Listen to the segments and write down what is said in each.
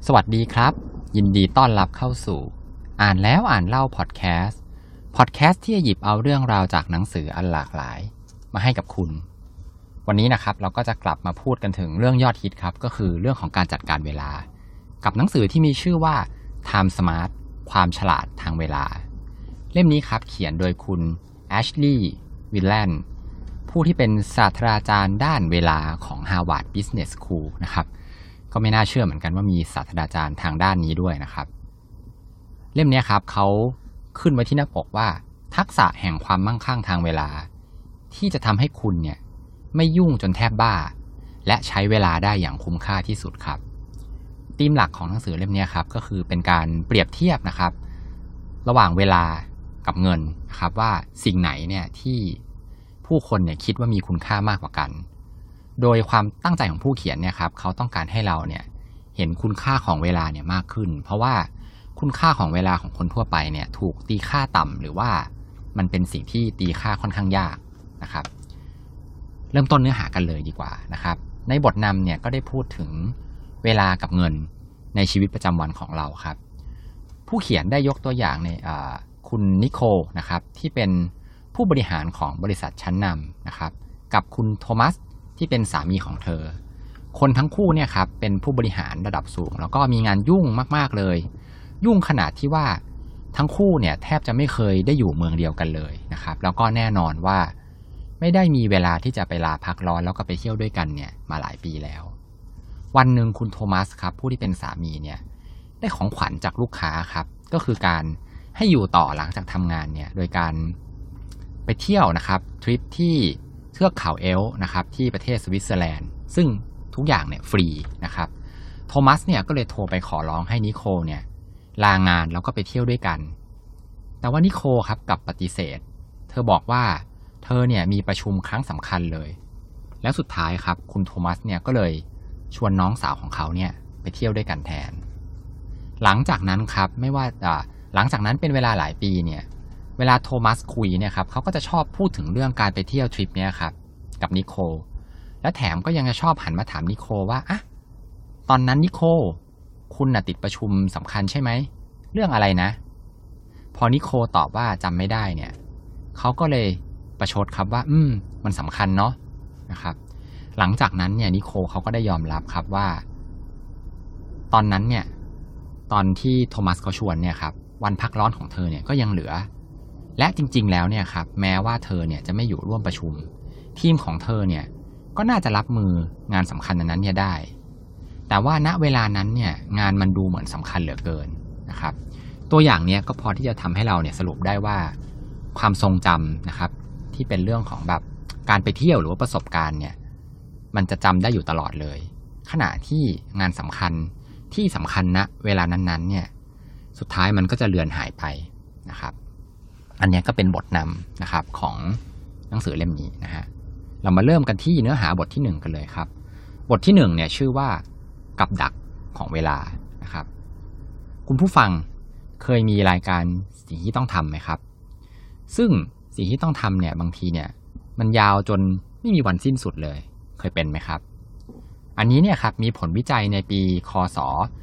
สวัสดีครับยินดีต้อนรับเข้าสู่อ่านแล้วอ่านเล่าพอดแคสต์ที่จะหยิบเอาเรื่องราวจากหนังสืออันหลากหลายมาให้กับคุณวันนี้นะครับเราก็จะกลับมาพูดกันถึงเรื่องยอดฮิตครับก็คือเรื่องของการจัดการเวลากับหนังสือที่มีชื่อว่า Time Smart ความฉลาดทางเวลาเล่มนี้ครับเขียนโดยคุณแอชลีย์วิลแลนผู้ที่เป็นศาสตราจารย์ด้านเวลาของ Harvard Business School นะครับก็ไม่น่าเชื่อเหมือนกันว่ามีศาสตราจารย์ทางด้านนี้ด้วยนะครับเล่มนี้ครับเขาขึ้นไว้ที่หน้าปกว่าทักษะแห่งความมั่งคั่งทางเวลาที่จะทำให้คุณเนี่ยไม่ยุ่งจนแทบบ้าและใช้เวลาได้อย่างคุ้มค่าที่สุดครับธีมหลักของหนังสือเล่มนี้ครับก็คือเป็นการเปรียบเทียบนะครับระหว่างเวลากับเงินนะครับว่าสิ่งไหนเนี่ยที่ผู้คนเนี่ยคิดว่ามีคุณค่ามากกว่ากันโดยความตั้งใจของผู้เขียนเนี่ยครับเขาต้องการให้เราเนี่ยเห็นคุณค่าของเวลาเนี่ยมากขึ้นเพราะว่าคุณค่าของเวลาของคนทั่วไปเนี่ยถูกตีค่าต่ำหรือว่ามันเป็นสิ่งที่ตีค่าค่อนข้างยากนะครับเริ่มต้นเนื้อหากันเลยดีกว่านะครับในบทนำเนี่ยก็ได้พูดถึงเวลากับเงินในชีวิตประจำวันของเราครับผู้เขียนได้ยกตัวอย่างในคุณนิโคลนะครับที่เป็นผู้บริหารของบริษัทชั้นนำนะครับกับคุณโทมัสที่เป็นสามีของเธอคนทั้งคู่เนี่ยครับเป็นผู้บริหารระดับสูงแล้วก็มีงานยุ่งมากๆเลยยุ่งขนาดที่ว่าทั้งคู่เนี่ยแทบจะไม่เคยได้อยู่เมืองเดียวกันเลยนะครับแล้วก็แน่นอนว่าไม่ได้มีเวลาที่จะไปลาพักร้อนแล้วก็ไปเที่ยวด้วยกันเนี่ยมาหลายปีแล้ววันหนึ่งคุณโทมัสครับผู้ที่เป็นสามีเนี่ยได้ของขวัญจากลูกค้าครับก็คือการให้อยู่ต่อหลังจากทำงานเนี่ยโดยการไปเที่ยวนะครับทริปที่เทือกเขาเอลป์นะครับที่ประเทศสวิตเซอร์แลนด์ซึ่งทุกอย่างเนี่ยฟรีนะครับโทมัสเนี่ยก็เลยโทรไปขอร้องให้นิโคลเนี่ยลางานแล้วก็ไปเที่ยวด้วยกันแต่ว่านิโคลครับกลับปฏิเสธเธอบอกว่าเธอเนี่ยมีประชุมครั้งสำคัญเลยแล้วสุดท้ายครับคุณโทมัสเนี่ยก็เลยชวนน้องสาวของเขาเนี่ยไปเที่ยวด้วยกันแทนหลังจากนั้นครับไม่ว่าหลังจากนั้นเป็นเวลาหลายปีเนี่ยเวลาโทมัสคุยเนี่ยครับเขาก็จะชอบพูดถึงเรื่องการไปเที่ยวทริปเนี่ยครับกับนิโคลและแถมก็ยังจะชอบหันมาถามนิโคลว่าอะตอนนั้นนิโคลคุณน่ะติดประชุมสำคัญใช่ไหมเรื่องอะไรนะพอนิโคลตอบว่าจำไม่ได้เนี่ยเขาก็เลยประชดครับว่ามันสำคัญเนาะนะครับหลังจากนั้นเนี่ยนิโคลเขาก็ได้ยอมรับครับว่าตอนนั้นเนี่ยตอนที่โทมัสเขาชวนเนี่ยครับวันพักร้อนของเธอเนี่ยก็ยังเหลือและจริงๆแล้วเนี่ยครับแม้ว่าเธอเนี่ยจะไม่อยู่ร่วมประชุมทีมของเธอเนี่ยก็น่าจะรับมืองานสำคัญนั้นเนี่ยได้แต่ว่าณเวลานั้นเนี่ยงานมันดูเหมือนสำคัญเหลือเกินนะครับตัวอย่างเนี้ยก็พอที่จะทำให้เราเนี่ยสรุปได้ว่าความทรงจำนะครับที่เป็นเรื่องของแบบการไปเที่ยวหรือว่าประสบการณ์เนี่ยมันจะจำได้อยู่ตลอดเลยขณะที่งานสำคัญที่สำคัญณเวลานั้นๆเนี่ยสุดท้ายมันก็จะเลือนหายไปนะครับอันนี้ก็เป็นบทนำนะครับของหนังสือเล่มนี้นะฮะเรามาเริ่มกันที่เนื้อหาบทที่1กันเลยครับบทที่1เนี่ยชื่อว่ากับดักของเวลานะครับคุณผู้ฟังเคยมีรายการสิ่งที่ต้องทำไหมครับซึ่งสิ่งที่ต้องทำเนี่ยบางทีเนี่ยมันยาวจนไม่มีวันสิ้นสุดเลยเคยเป็นไหมครับอันนี้เนี่ยครับมีผลวิจัยในปีค.ศ.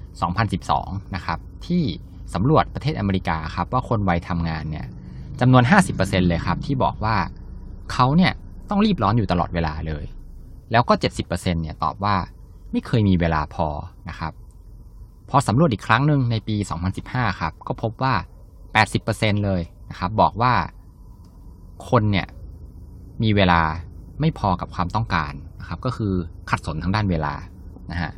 2012นะครับที่สำรวจประเทศอเมริกาครับว่าคนวัยทำงานเนี่ยจำนวน 50% เลยครับที่บอกว่าเขาเนี่ยต้องรีบร้อนอยู่ตลอดเวลาเลยแล้วก็ 70% เนี่ยตอบว่าไม่เคยมีเวลาพอนะครับพอสำรวจอีกครั้งหนึ่งในปี 2015 ครับก็พบว่า 80% เลยนะครับบอกว่าคนเนี่ยมีเวลาไม่พอกับความต้องการนะครับก็คือขัดสนทางด้านเวลานะฮะ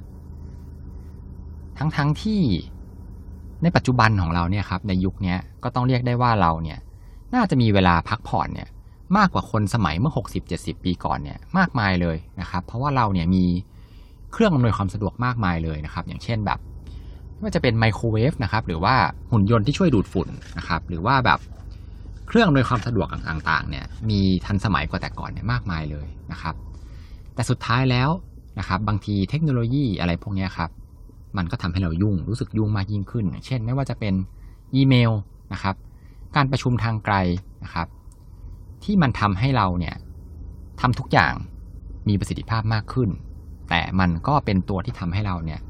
ทั้งที่ในปัจจุบันของเราเนี่ยครับในยุคนี้ก็ต้องเรียกได้ว่าเราเนี่ยน่าจะมีเวลาพักผ่อนเนี่ยมากกว่าคนสมัยเมื่อ 60-70 ปีก่อนเนี่ยมากมายเลยนะครับเพราะว่าเราเนี่ยมีเครื่องอำนวยความสะดวกมากมายเลยนะครับอย่างเช่นแบบไม่ว่าจะเป็นไมโครเวฟนะครับหรือว่าหุ่นยนต์ที่ช่วยดูดฝุ่นนะครับหรือว่าแบบเครื่องอำนวยความสะดวกต่างๆเนี่ยมีทันสมัยกว่าแต่ก่อนเนี่ยมากมายเลยนะครับแต่สุดท้ายแล้วนะครับบางทีเทคโนโลยีอะไรพวกนี้ครับมันก็ทำให้เรารู้สึกยุ่งมากยิ่งขึ้นเช่นไม่ว่าจะเป็นอีเมลนะครับการประชุมทางไกลนะครับที่มันทำให้เราเนี่ยทำทุกอย่างมีประสิทธิภาพมากขึ้นแต่มันก็เป็นตัวที่ทำให้เราเนี่ย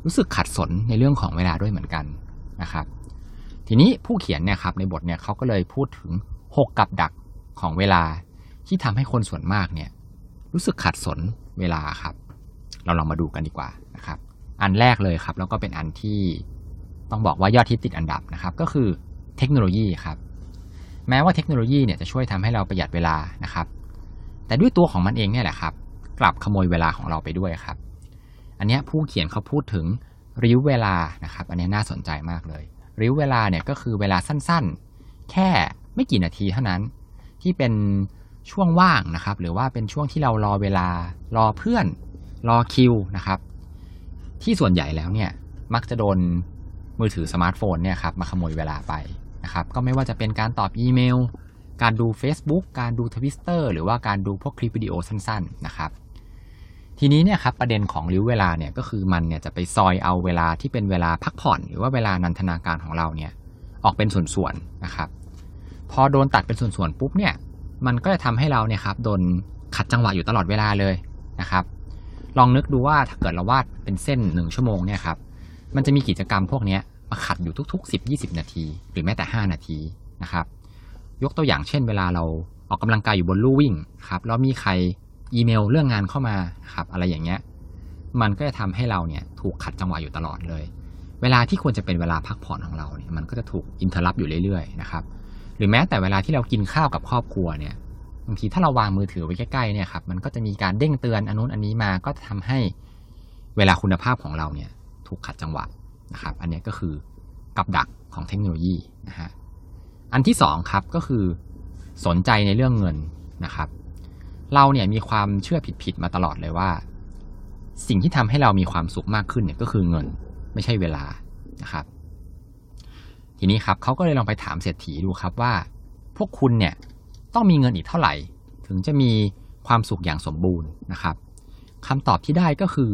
รู้สึกขัดสนในเรื่องของเวลาด้วยเหมือนกันนะครับทีนี้ผู้เขียนเนี่ยครับในบทเนี่ยเขาก็เลยพูดถึง6กับดักของเวลาที่ทำให้คนส่วนมากเนี่ยรู้สึกขัดสนเวลาครับเราลองมาดูกันดีกว่านะครับอันแรกเลยครับแล้วก็เป็นอันที่ต้องบอกว่ายอดฮิตติดอันดับนะครับก็คือเทคโนโลยีครับแม้ว่าเทคโนโลยีเนี่ยจะช่วยทำให้เราประหยัดเวลานะครับแต่ด้วยตัวของมันเองเนี่ยแหละครับกลับขโมยเวลาของเราไปด้วยครับอันนี้ผู้เขียนเขาพูดถึงริ้วเวลานะครับอันนี้น่าสนใจมากเลยริ้วเวลาเนี่ยก็คือเวลาสั้นๆแค่ไม่กี่นาทีเท่านั้นที่เป็นช่วงว่างนะครับหรือว่าเป็นช่วงที่เรารอเวลารอเพื่อนรอคิวนะครับที่ส่วนใหญ่แล้วเนี่ยมักจะโดนมือถือสมาร์ทโฟนเนี่ยครับมาขโมยเวลาไปนะครับก็ไม่ว่าจะเป็นการตอบอีเมลการดู Facebook การดู Twitter หรือว่าการดูพวกคลิปวิดีโอสั้นๆนะครับทีนี้เนี่ยครับประเด็นของริ้วเวลาเนี่ยก็คือมันเนี่ยจะไปซอยเอาเวลาที่เป็นเวลาพักผ่อนหรือว่าเวลานันทนาการของเราเนี่ยออกเป็นส่วนๆนะครับพอโดนตัดเป็นส่วนๆปุ๊บเนี่ยมันก็จะทำให้เราเนี่ยครับโดนขัดจังหวะอยู่ตลอดเวลาเลยนะครับลองนึกดูว่าถ้าเกิดเราวาดเป็นเส้น1ชั่วโมงเนี่ยครับมันจะมีกิจกรรมพวกนี้มาขัดอยู่ทุกๆ 10-20 นาทีหรือแม้แต่5นาทีนะครับยกตัวอย่างเช่นเวลาเราออกกำลังกายอยู่บนลู่วิ่งครับแล้วมีใครอีเมลเรื่องงานเข้ามาครับอะไรอย่างเงี้ยมันก็จะทำให้เราเนี่ยถูกขัดจังหวะอยู่ตลอดเลยเวลาที่ควรจะเป็นเวลาพักผ่อนของเราเนี่ยมันก็จะถูกอินเทอร์รัปอยู่เรื่อยๆนะครับหรือแม้แต่เวลาที่เรากินข้าวกับครอบครัวเนี่ยบางทีถ้าเราวางมือถือไว้ใกล้ๆเนี่ยครับมันก็จะมีการเด้งเตือนอันนู้นอันนี้มาก็จะทำให้เวลาคุณภาพของเราเนี่ยถูกขัดจังหวะนะครับอันนี้ก็คือกับดักของเทคโนโลยีนะฮะอันที่2ครับก็คือสนใจในเรื่องเงินนะครับเราเนี่ยมีความเชื่อผิดๆมาตลอดเลยว่าสิ่งที่ทำให้เรามีความสุขมากขึ้นเนี่ยก็คือเงินไม่ใช่เวลานะครับทีนี้ครับเขาก็เลยลองไปถามเศรษฐีดูครับว่าพวกคุณเนี่ยต้องมีเงินอีกเท่าไหร่ถึงจะมีความสุขอย่างสมบูรณ์นะครับคำตอบที่ได้ก็คือ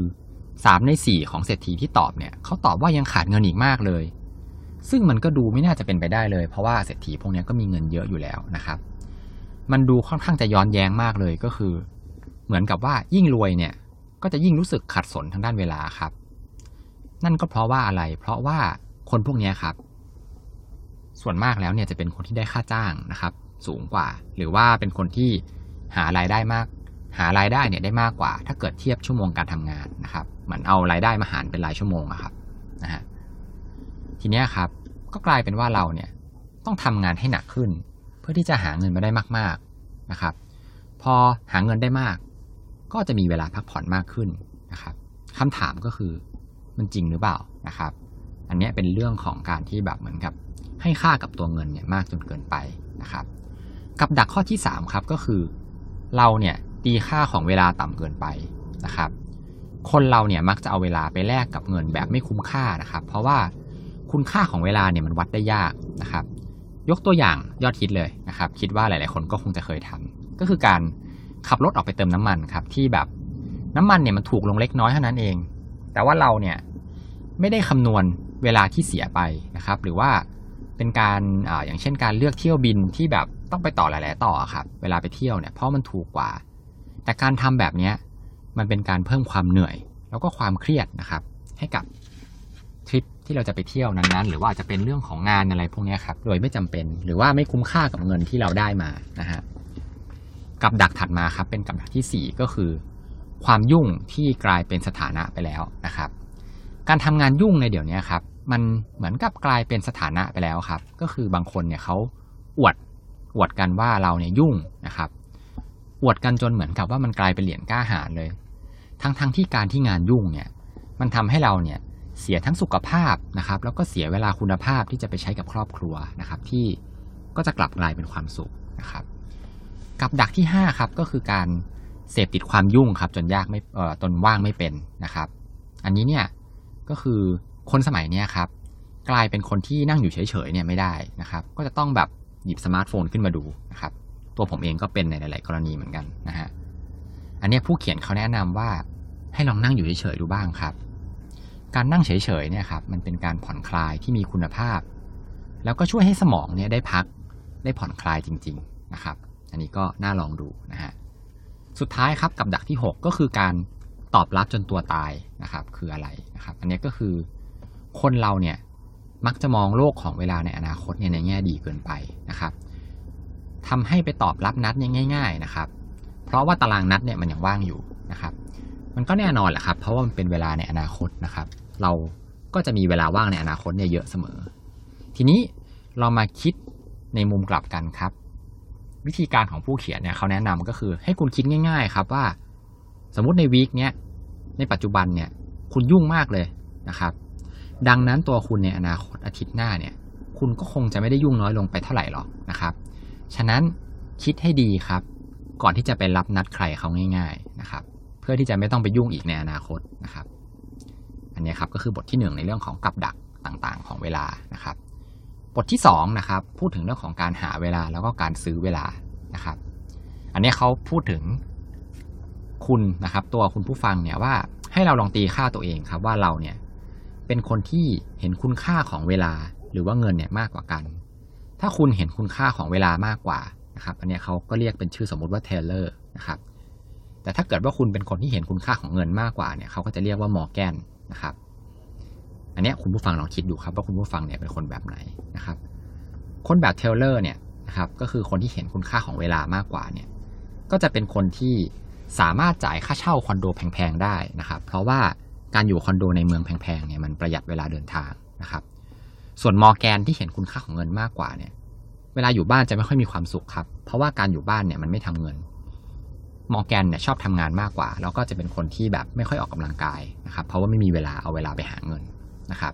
3ใน4ของเศรษฐีที่ตอบเนี่ยเขาตอบว่ายังขาดเงินอีกมากเลยซึ่งมันก็ดูไม่น่าจะเป็นไปได้เลยเพราะว่าเศรษฐีพวกนี้ก็มีเงินเยอะอยู่แล้วนะครับมันดูค่อนข้างจะย้อนแย้งมากเลยก็คือเหมือนกับว่ายิ่งรวยเนี่ยก็จะยิ่งรู้สึกขัดสนทางด้านเวลาครับนั่นก็เพราะว่าอะไรเพราะว่าคนพวกนี้ครับส่วนมากแล้วเนี่ยจะเป็นคนที่ได้ค่าจ้างนะครับสูงกว่าหรือว่าเป็นคนที่หารายได้เนี่ยได้มากกว่าถ้าเกิดเทียบชั่วโมงการทำงานนะครับเหมือนเอารายได้มาหารเป็นรายชั่วโมงอะครับนะฮะทีนี้ครับก็กลายเป็นว่าเราเนี่ยต้องทำงานให้หนักขึ้นเพื่อที่จะหาเงินมาได้มากๆนะครับพอหาเงินได้มากก็จะมีเวลาพักผ่อนมากขึ้นนะครับคำถามก็คือมันจริงหรือเปล่านะครับอันนี้เป็นเรื่องของการที่แบบเหมือนกับให้ค่ากับตัวเงินเนี่ยมากจนเกินไปนะครับกับดักข้อที่3ครับก็คือเราเนี่ยตีค่าของเวลาต่ำเกินไปนะครับคนเราเนี่ยมักจะเอาเวลาไปแลกกับเงินแบบไม่คุ้มค่านะครับเพราะว่าคุณค่าของเวลาเนี่ยมันวัดได้ยากนะครับยกตัวอย่างยอดฮิตเลยนะครับคิดว่าหลายๆคนก็คงจะเคยทำก็คือการขับรถออกไปเติมน้ำมันครับที่แบบน้ำมันเนี่ยมันถูกลงเล็กน้อยเท่านั้นเองแต่ว่าเราเนี่ยไม่ได้คำนวณเวลาที่เสียไปนะครับหรือว่าเป็นการอย่างเช่นการเลือกเที่ยวบินที่แบบต้องไปต่อหลายๆต่อครับเวลาไปเที่ยวเนี่ยเพราะมันถูกกว่าแต่การทำแบบนี้มันเป็นการเพิ่มความเหนื่อยแล้วก็ความเครียดนะครับให้กับทริปที่เราจะไปเที่ยวนั้นๆหรือว่าอาจจะเป็นเรื่องของงานอะไรพวกนี้ครับโดยไม่จำเป็นหรือว่าไม่คุ้มค่ากับเงินที่เราได้มานะฮะกับดักถัดมาครับเป็นกับดักที่4ก็คือความยุ่งที่กลายเป็นสถานะไปแล้วนะครับการทำงานยุ่งในเดี๋ยวนี้ครับมันเหมือนกับกลายเป็นสถานะไปแล้วครับก็คือบางคนเนี่ยเขาอวดกันว่าเราเนี่ยยุ่งนะครับอวดกันจนเหมือนกับว่ามันกลายเป็นเหรียญกล้าหาญเลยทั้งที่การที่งานยุ่งเนี่ยมันทำให้เราเนี่ยเสียทั้งสุขภาพนะครับแล้วก็เสียเวลาคุณภาพที่จะไปใช้กับครอบครัวนะครับที่ก็จะกลับกลายเป็นความสุขนะครับกับดักที่5ครับก็คือการเสพติดความยุ่งครับจนว่างไม่เป็นนะครับอันนี้เนี่ยก็คือคนสมัยนี้ครับกลายเป็นคนที่นั่งอยู่เฉยๆเนี่ยไม่ได้นะครับก็จะต้องแบบหยิบสมาร์ทโฟนขึ้นมาดูนะครับตัวผมเองก็เป็นในหลายๆกรณีเหมือนกันนะฮะอันนี้ผู้เขียนเขาแนะนำว่าให้ลองนั่งอยู่เฉยๆดูบ้างครับการนั่งเฉยๆเนี่ยครับมันเป็นการผ่อนคลายที่มีคุณภาพแล้วก็ช่วยให้สมองเนี่ยได้พักได้ผ่อนคลายจริงๆนะครับอันนี้ก็น่าลองดูนะฮะสุดท้ายครับกับดักที่6ก็คือการตอบรับจนตัวตายนะครับคืออะไรนะครับอันนี้ก็คือคนเราเนี่ยมักจะมองโลกของเวลาในอนาคตเนี่ยในแง่ดีเกินไปนะครับทำให้ไปตอบรับนัดเนี่ยง่ายๆนะครับเพราะว่าตารางนัดเนี่ยมันยังว่างอยู่นะครับมันก็แน่นอนแหละครับเพราะว่ามันเป็นเวลาในอนาคตนะครับเราก็จะมีเวลาว่างในอนาคตเนี่ยเยอะเสมอทีนี้เรามาคิดในมุมกลับกันครับวิธีการของผู้เขียนเนี่ยเขาแนะนำก็คือให้คุณคิดง่ายๆครับว่าสมมุติในวีคเนี้ยในปัจจุบันเนี่ยคุณยุ่งมากเลยนะครับดังนั้นตัวคุณในอนาคตอาทิตย์หน้าเนี่ยคุณก็คงจะไม่ได้ยุ่งน้อยลงไปเท่าไหร่หรอกนะครับฉะนั้นคิดให้ดีครับก่อนที่จะไปรับนัดใครเขาง่ายๆนะครับเพื่อที่จะไม่ต้องไปยุ่งอีกในอนาคตนะครับอันนี้ครับก็คือบทที่1ในเรื่องของกับดักต่างๆของเวลานะครับบทที่2นะครับพูดถึงเรื่องของการหาเวลาแล้วก็การซื้อเวลานะครับอันนี้เขาพูดถึงคุณนะครับตัวคุณผู้ฟังเนี่ยว่าให้เราลองตีค่าตัวเองครับว่าเราเนี่ยเป็นคนที่เห็นคุณค่าของเวลาหรือว่าเงินเนี่ยมากกว่ากันถ้าคุณเห็นคุณค่าของเวลามากกว่านะครับอันนี้เขาก็เรียกเป็นชื่อสมมุติว่าเทเลอร์นะครับแต่ถ้าเกิดว่าคุณเป็นคนที่เห็นคุณค่าของเงินมากกว่าเนี่ยเขาก็จะเรียกว่ามอร์แกนนะครับอันนี้คุณผู้ฟังลองคิดดูครับว่าคุณผู้ฟังเนี่ยเป็นคนแบบไหนนะครับคนแบบเทเลอร์เนี่ยนะครับก็คือคนที่เห็นคุณค่าของเวลามากกว่าเนี่ยก็จะเป็นคนที่สามารถจ่ายค่าเช่าคอนโดแพงๆได้นะครับเพราะว่าการอยู่คอนโดในเมืองแพงๆเนี่ยมันประหยัดเวลาเดินทางนะครับส่วนมอร์แกนที่เห็นคุณค่าของเงินมากกว่าเนี่ยเวลาอยู่บ้านจะไม่ค่อยมีความสุขครับเพราะว่าการอยู่บ้านเนี่ยมันไม่ทำเงินมอร์แกนเนี่ยชอบทำงานมากกว่าแล้วก็จะเป็นคนที่แบบไม่ค่อยออกกำลังกายนะครับเพราะว่าไม่มีเวลาเอาเวลาไปหาเงินนะครับ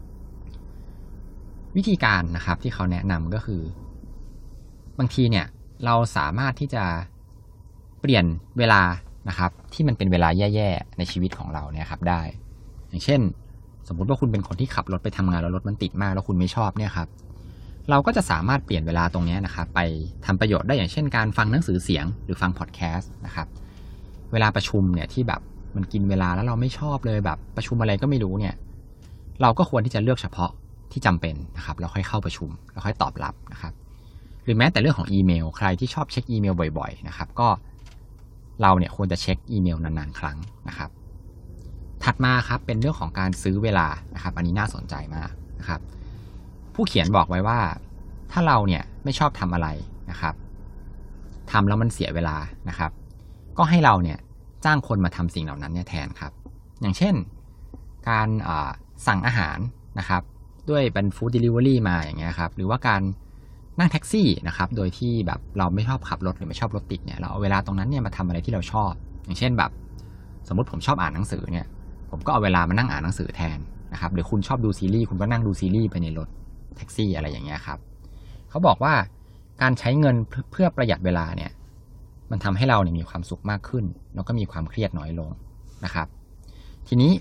วิธีการนะครับที่เขาแนะนำก็คือบางทีเนี่ยเราสามารถที่จะเปลี่ยนเวลานะครับที่มันเป็นเวลาแย่ๆในชีวิตของเราเนี่ยครับได้อย่างเช่นสมมุติว่าคุณเป็นคนที่ขับรถไปทำงานแล้วรถมันติดมากแล้วคุณไม่ชอบเนี่ยครับเราก็จะสามารถเปลี่ยนเวลาตรงนี้นะครับไปทำประโยชน์ได้อย่างเช่นการฟังหนังสือเสียงหรือฟังพอดแคสต์นะครับเวลาประชุมเนี่ยที่แบบมันกินเวลาแล้วเราไม่ชอบเลยแบบประชุมอะไรก็ไม่รู้เนี่ยเราก็ควรที่จะเลือกเฉพาะที่จำเป็นนะครับแล้วค่อยเข้าประชุมแล้วค่อยตอบรับนะครับหรือแม้แต่เรื่องของอีเมลใครที่ชอบเช็คอีเมลบ่อยๆนะครับก็เราเนี่ยควรจะเช็คอีเมลนานๆครั้งนะครับถัดมาครับเป็นเรื่องของการซื้อเวลานะครับอันนี้น่าสนใจมากนะครับผู้เขียนบอกไว้ว่าถ้าเราเนี่ยไม่ชอบทำอะไรนะครับทำแล้วมันเสียเวลานะครับก็ให้เราเนี่ยจ้างคนมาทำสิ่งเหล่านั้นเนี่ยแทนครับอย่างเช่นการสั่งอาหารนะครับด้วยเป็นฟู้ดเดลิเวอรี่มาอย่างเงี้ยครับหรือว่าการนั่งแท็กซี่นะครับโดยที่แบบเราไม่ชอบขับรถหรือไม่ชอบรถติดเนี่ยเราเอาเวลาตรงนั้นเนี่ยมาทำอะไรที่เราชอบอย่างเช่นแบบสมมติผมชอบอ่านหนังสือเนี่ยผมก็เอาเวลามานั่งอ่านหนังสือแทนนะครับหรือคุณชอบดูซีรีส์คุณก็นั่งดูซีรีส์ไปในรถแท็กซี่อะไรอย่างเงี้ยครับเขาบอกว่าการใช้เงินเพื่อประหยัดเวลาเนี่ยมันทำให้เราเนี่ยมีความสุขมากขึ้นแล้วก็มีความเครียดน้อยลงนะครับทีนี้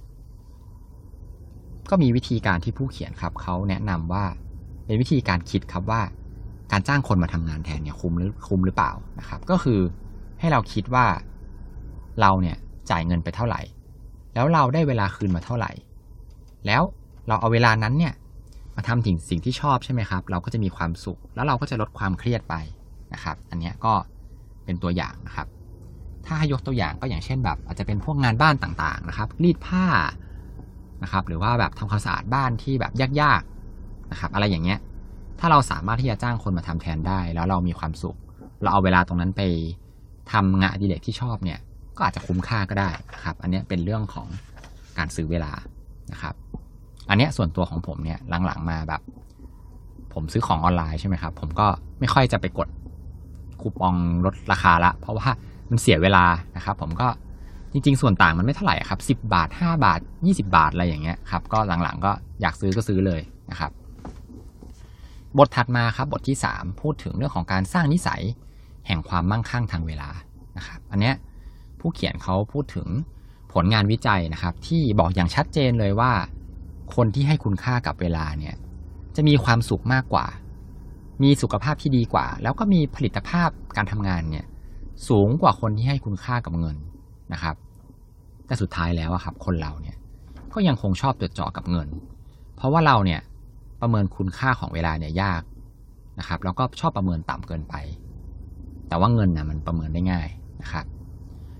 ก็มีวิธีการที่ผู้เขียนครับเขาแนะนำว่าเป็นวิธีการคิดครับว่าการจ้างคนมาทำงานแทนเนี่ยคุ้มหรือเปล่านะครับก็คือให้เราคิดว่าเราเนี่ยจ่ายเงินไปเท่าไหร่แล้วเราได้เวลาคืนมาเท่าไหร่แล้วเราเอาเวลานั้นเนี่ยมาทำสิ่งที่ชอบใช่ไหมครับเราก็จะมีความสุขแล้วเราก็จะลดความเครียดไปนะครับอันนี้ก็เป็นตัวอย่างนะครับถ้าให้ยกตัวอย่างก็อย่างเช่นแบบอาจจะเป็นพวกงานบ้านต่างๆนะครับรีดผ้านะครับหรือว่าแบบทำความสะอาดบ้านที่แบบยากๆนะครับอะไรอย่างเงี้ยถ้าเราสามารถที่จะจ้างคนมาทำแทนได้แล้วเรามีความสุขเราเอาเวลาตรงนั้นไปทำงานอดิเรกที่ชอบเนี่ยก็อาจจะคุ้มค่าก็ได้นะครับอันนี้เป็นเรื่องของการซื้อเวลานะครับอันนี้ส่วนตัวของผมเนี่ยหลังๆมาแบบผมซื้อของออนไลน์ใช่ไหมครับผมก็ไม่ค่อยจะไปกดคูปองลดราคาละเพราะว่ามันเสียเวลานะครับผมก็จริงๆส่วนต่างมันไม่เท่าไหร่ครับ10 บาท5 บาท20 บาทอะไรอย่างเงี้ยครับก็หลังๆก็อยากซื้อก็ซื้อเลยนะครับบทถัดมาครับบทที่3พูดถึงเรื่องของการสร้างนิสัยแห่งความมั่งคั่งทางเวลานะครับอันเนี้ยผู้เขียนเขาพูดถึงผลงานวิจัยนะครับที่บอกอย่างชัดเจนเลยว่าคนที่ให้คุณค่ากับเวลาเนี่ยจะมีความสุขมากกว่ามีสุขภาพที่ดีกว่าแล้วก็มีผลิตภาพการทำงานเนี่ยสูงกว่าคนที่ให้คุณค่ากับเงินนะครับแต่สุดท้ายแล้วครับคนเราเนี่ยก็ยังคงชอบจดจ่อกับเงินเพราะว่าเราเนี่ยประเมินคุณค่าของเวลาเนี่ยยากนะครับแล้วก็ชอบประเมินต่ำเกินไปแต่ว่าเงินนะมันประเมินได้ง่ายนะครับ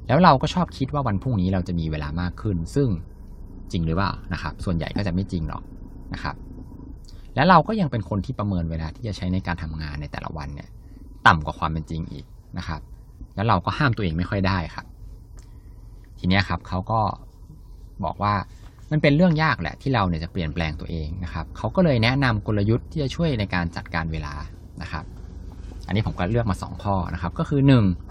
แล้วเราก็ชอบคิดว่าวันพรุ่งนี้เราจะมีเวลามากขึ้นซึ่งจริงหรือเปล่านะครับส่วนใหญ่ก็จะไม่จริงหรอกนะครับและเราก็ยังเป็นคนที่ประเมินเวลาที่จะใช้ในการทำงานในแต่ละวันเนี่ยต่ำกว่าความเป็นจริงอีกนะครับแล้วเราก็ห้ามตัวเองไม่ค่อยได้ครับทีนี้ครับเขาก็บอกว่ามันเป็นเรื่องยากแหละที่เราเนี่ยจะเปลี่ยนแปลงตัวเองนะครับเขาก็เลยแนะนำกลยุทธ์ที่จะช่วยในการจัดการเวลานะครับอันนี้ผมก็เลือกมา2ข้อนะครับก็คือ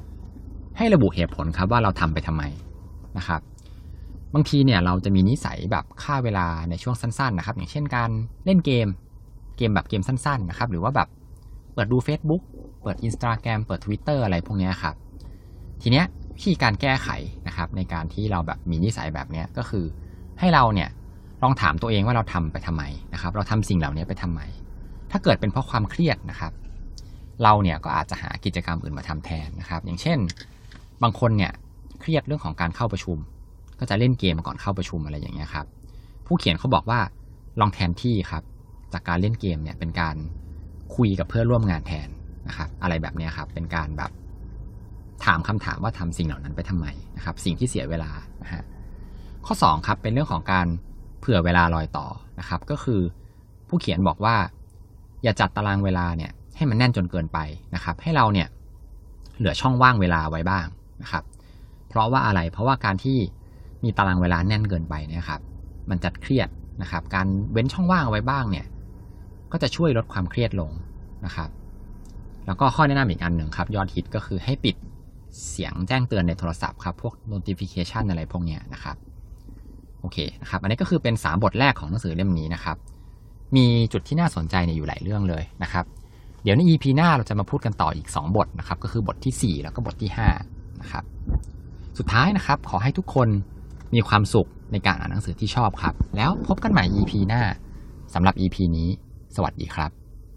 1ให้ระบุเหตุผลครับว่าเราทำไปทำไมนะครับบางทีเนี่ยเราจะมีนิสัยแบบฆ่าเวลาในช่วงสั้นๆนะครับอย่างเช่นการเล่นเกมแบบเกมสั้นๆนะครับหรือว่าแบบเปิดดู Facebook เปิด Instagram เปิด Twitter อะไรพวกนี้ครับทีเนี้ยวิธีการแก้ไขนะครับในการที่เราแบบมีนิสัยแบบนี้ก็คือให้เราเนี่ยลองถามตัวเองว่าเราทำไปทำไมนะครับเราทำสิ่งเหล่านี้ไปทำไมถ้าเกิดเป็นเพราะความเครียดนะครับเราเนี่ยก็อาจจะหากิจกรรมอื่นมาทำแทนนะครับอย่างเช่นบางคนเนี่ยเครียดเรื่องของการเข้าประชุมก็จะเล่นเกมก่อนเข้าประชุมอะไรอย่างเงี้ยครับผู้เขียนเขาบอกว่าลองแทนที่ครับจากการเล่นเกมเนี่ยเป็นการคุยกับเพื่อนร่วมงานแทนนะครับอะไรแบบนี้ครับเป็นการแบบถามคำถามว่าทำสิ่งเหล่านั้นไปทำไมนะครับสิ่งที่เสียเวลานะฮะข้อ2ครับเป็นเรื่องของการเผื่อเวลารอยต่อนะครับก็คือผู้เขียนบอกว่าอย่าจัดตารางเวลาเนี่ยให้มันแน่นจนเกินไปนะครับให้เราเนี่ยเหลือช่องว่างเวลาไว้บ้างนะครับเพราะว่าอะไรเพราะว่าการที่มีตารางเวลาแน่นเกินไปเนี่ยครับมันจะเครียดนะครับการเว้นช่องว่างเอาไว้บ้างเนี่ยก็จะช่วยลดความเครียดลงนะครับแล้วก็ข้อแนะนำอีกอันหนึ่งครับยอดฮิตก็คือให้ปิดเสียงแจ้งเตือนในโทรศัพท์ครับพวก notification อะไรพวกนี้นะครับโอเคนะครับอันนี้ก็คือเป็น3บทแรกของหนังสือเล่มนี้นะครับมีจุดที่น่าสนใจอยู่หลายเรื่องเลยนะครับเดี๋ยวใน EP หน้าเราจะมาพูดกันต่ออีก2บทนะครับก็คือบทที่4แล้วก็บทที่5นะครับสุดท้ายนะครับขอให้ทุกคนมีความสุขในการอ่านหนังสือที่ชอบครับแล้วพบกันใหม่ EP หน้าสำหรับ EP นี้สวัสดีครับ